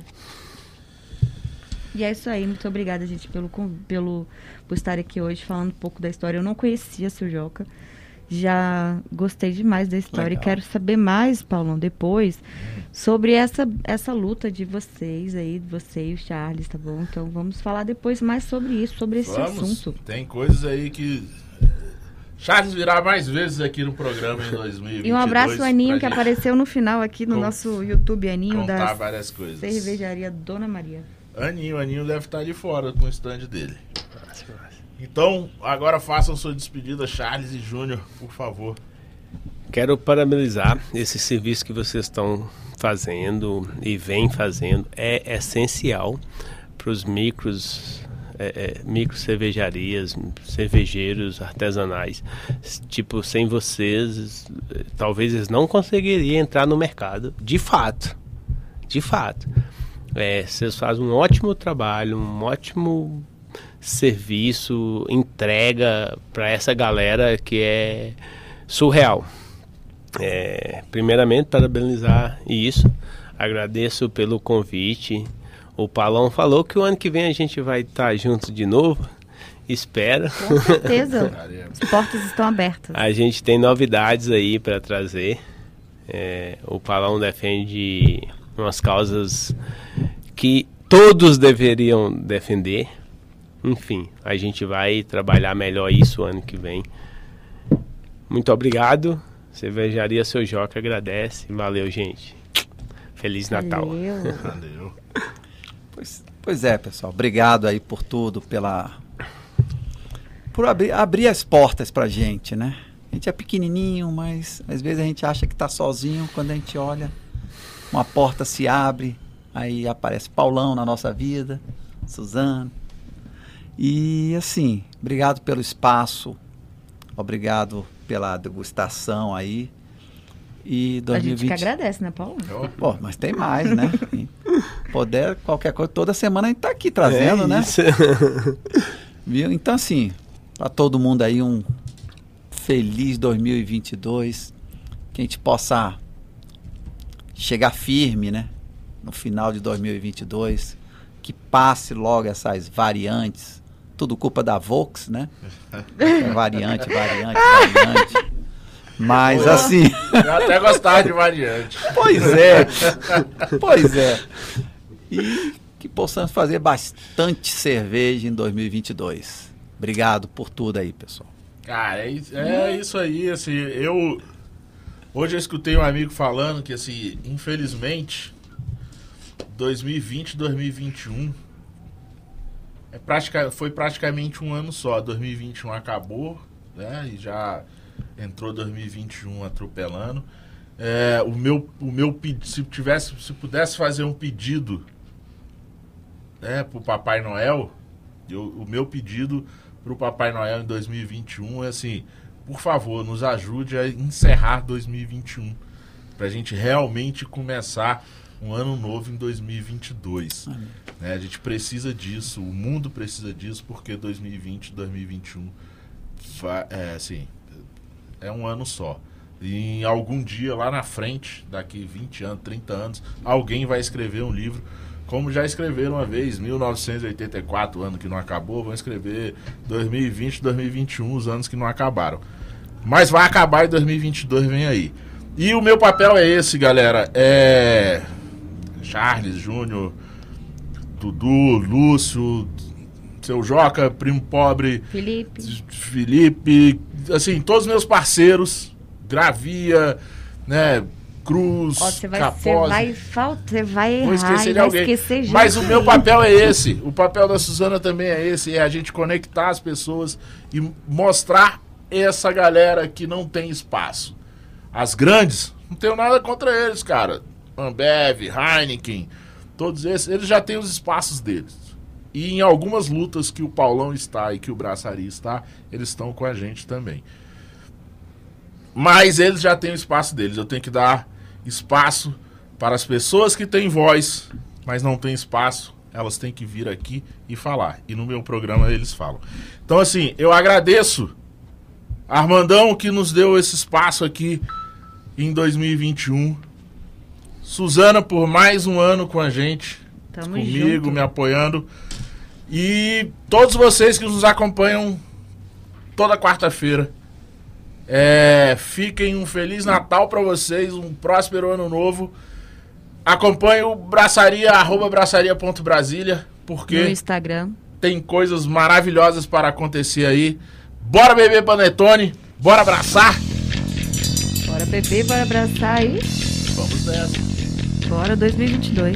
E é isso aí, muito obrigada, gente, pelo, con- pelo, por estar aqui hoje falando um pouco da história. Eu não conhecia a Seu Joca, já gostei demais da história Legal. e quero saber mais, Paulão, depois, sobre essa, essa luta de vocês aí, de você e o Charles, tá bom? Então vamos falar depois mais sobre isso, sobre esse Vamos. assunto. Tem coisas aí que Charles virá mais vezes aqui no programa em dois mil e vinte e dois. E um abraço, Aninho, que gente apareceu no final aqui no con- nosso YouTube, Aninho, contar da várias coisas. Cervejaria Dona Maria. Aninho, Aninho deve estar ali fora com o stand dele. Então, agora façam sua despedida, Charles e Júnior, por favor. Quero parabenizar esse serviço que vocês estão fazendo e vem fazendo. É essencial para os micros, é, é, micro cervejarias, cervejeiros artesanais. Tipo, sem vocês, talvez eles não conseguiriam entrar no mercado, de fato. De fato. É, vocês fazem um ótimo trabalho, um ótimo serviço, entrega para essa galera que é surreal. É, primeiramente, parabenizar isso. Agradeço pelo convite. O Paulão falou que o ano que vem a gente vai estar junto de novo. Espera. Com certeza. As portas estão abertas. A gente tem novidades aí para trazer. É, o Paulão defende umas causas que todos deveriam defender. Enfim, a gente vai trabalhar melhor isso ano que vem. Muito obrigado. Cervejaria Seu Joca agradece. Valeu, gente. Feliz Natal. Valeu. Valeu. Pois, pois é, pessoal. Obrigado aí por tudo, pela... por abrir, abrir as portas pra gente, né? A gente é pequenininho, mas às vezes a gente acha que tá sozinho. Quando a gente olha, uma porta se abre, aí aparece Paulão na nossa vida, Suzano. E assim, obrigado pelo espaço, obrigado pela degustação aí. E dois mil e vinte... A gente que agradece, né, Paulo? Pô, mas tem mais, né? Poder, qualquer coisa, toda semana a gente tá aqui trazendo, É né? isso. Viu? Então, assim, para todo mundo aí, um feliz dois mil e vinte e dois, que a gente possa chegar firme, né? No final de dois mil e vinte e dois, que passe logo essas variantes, tudo culpa da Volks, né? Variante, variante, variante. Mas assim... Eu até gostava de variante. Pois é, pois é. E que possamos fazer bastante cerveja em dois mil e vinte e dois. Obrigado por tudo aí, pessoal. Cara, é, isso- é isso aí, assim, eu... Hoje eu escutei um amigo falando que, assim, infelizmente, dois mil e vinte, dois mil e vinte e um é pratica, foi praticamente um ano só. dois mil e vinte e um acabou, né, e já entrou dois mil e vinte e um atropelando. É, o meu, o meu pedido, se tivesse, se pudesse fazer um pedido, né, pro Papai Noel, eu, o meu pedido pro Papai Noel em dois mil e vinte e um é assim, por favor, nos ajude a encerrar dois mil e vinte e um, pra gente realmente começar um ano novo em dois mil e vinte e dois. Né, a gente precisa disso, o mundo precisa disso, porque dois mil e vinte, dois mil e vinte e um fa- é, assim, é um ano só. E em algum dia lá na frente, daqui vinte anos, trinta anos, alguém vai escrever um livro, como já escreveram uma vez, mil novecentos e oitenta e quatro, o ano que não acabou, vão escrever dois mil e vinte, dois mil e vinte e um, os anos que não acabaram. Mas vai acabar em dois mil e vinte e dois, vem aí. E o meu papel é esse, galera, é... Charles, Júnior, Dudu, Lúcio, Seu Joca, Primo Pobre, Felipe. Felipe, assim, todos os meus parceiros, Gravia, né, Cruz, Ó, você vai, você Capozzi. vai faltar, você vai Vou errar esquecer e de vai alguém. esquecer gente. Mas o meu papel é esse. O papel da Suzana também é esse. É a gente conectar as pessoas e mostrar essa galera que não tem espaço. As grandes, não tenho nada contra eles, cara. Ambev, Heineken, todos esses, eles já têm os espaços deles. E em algumas lutas que o Paulão está e que o Braçaria está, eles estão com a gente também. Mas eles já têm o espaço deles. Eu tenho que dar espaço para as pessoas que têm voz, mas não têm espaço. Elas têm que vir aqui e falar. E no meu programa eles falam. Então, assim, eu agradeço a Armandão que nos deu esse espaço aqui em dois mil e vinte e um. Suzana por mais um ano com a gente. Tamo comigo, junto. me apoiando. E todos vocês que nos acompanham toda quarta-feira. É, fiquem um Feliz Natal para vocês, um próspero ano novo. Acompanhe o Braçaria, arroba braçaria ponto brasília, porque No Instagram. tem coisas maravilhosas para acontecer aí. Bora beber panetone, Bora abraçar? Bora beber, bora abraçar aí. Vamos nessa. Bora dois mil e vinte e dois.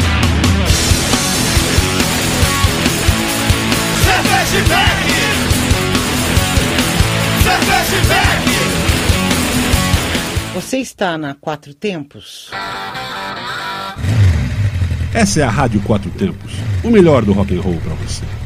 Você está na Quatro Tempos? Essa é a Rádio Quatro Tempos, o melhor do rock and roll para você.